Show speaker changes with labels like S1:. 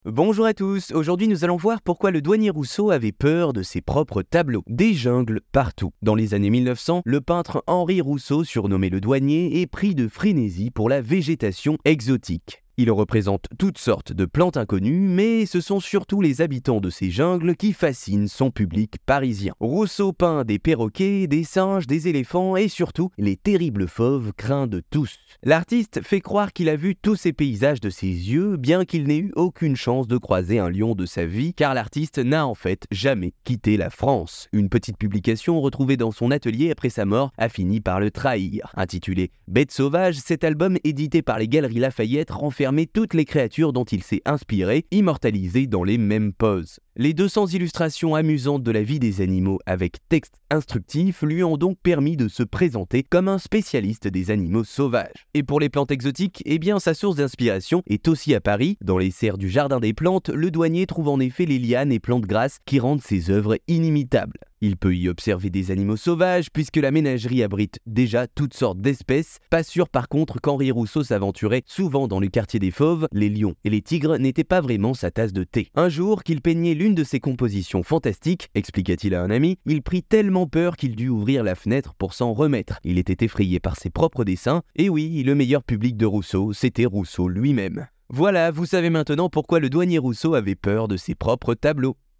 S1: Bonjour à tous, aujourd'hui nous allons voir pourquoi le douanier Rousseau avait peur de ses propres tableaux. Des jungles partout. Dans les années 1900, le peintre Henri Rousseau, surnommé le douanier, est pris de frénésie pour la végétation exotique. Il représente toutes sortes de plantes inconnues, mais ce sont surtout les habitants de ces jungles qui fascinent son public parisien. Rousseau peint des perroquets, des singes, des éléphants et surtout les terribles fauves craints de tous. L'artiste fait croire qu'il a vu tous ces paysages de ses yeux, bien qu'il n'ait eu aucune chance de croiser un lion de sa vie, car l'artiste n'a en fait jamais quitté la France. Une petite publication retrouvée dans son atelier après sa mort a fini par le trahir. Intitulé « Bête sauvage », cet album édité par les Galeries Lafayette renfermait toutes les créatures dont il s'est inspiré, immortalisées dans les mêmes poses. Les 200 illustrations amusantes de la vie des animaux avec texte instructif lui ont donc permis de se présenter comme un spécialiste des animaux sauvages. Et pour les plantes exotiques, sa source d'inspiration est aussi à Paris. Dans les serres du Jardin des Plantes, le douanier trouve en effet les lianes et plantes grasses qui rendent ses œuvres inimitables. Il peut y observer des animaux sauvages puisque la ménagerie abrite déjà toutes sortes d'espèces. Pas sûr par contre qu'Henri Rousseau s'aventurait souvent dans le quartier des fauves, les lions et les tigres n'étaient pas vraiment sa tasse de thé. Un jour qu'il peignait l'une de ses compositions fantastiques, expliqua-t-il à un ami, il prit tellement peur qu'il dut ouvrir la fenêtre pour s'en remettre. Il était effrayé par ses propres dessins, et oui, le meilleur public de Rousseau, c'était Rousseau lui-même. Voilà, vous savez maintenant pourquoi le douanier Rousseau avait peur de ses propres tableaux.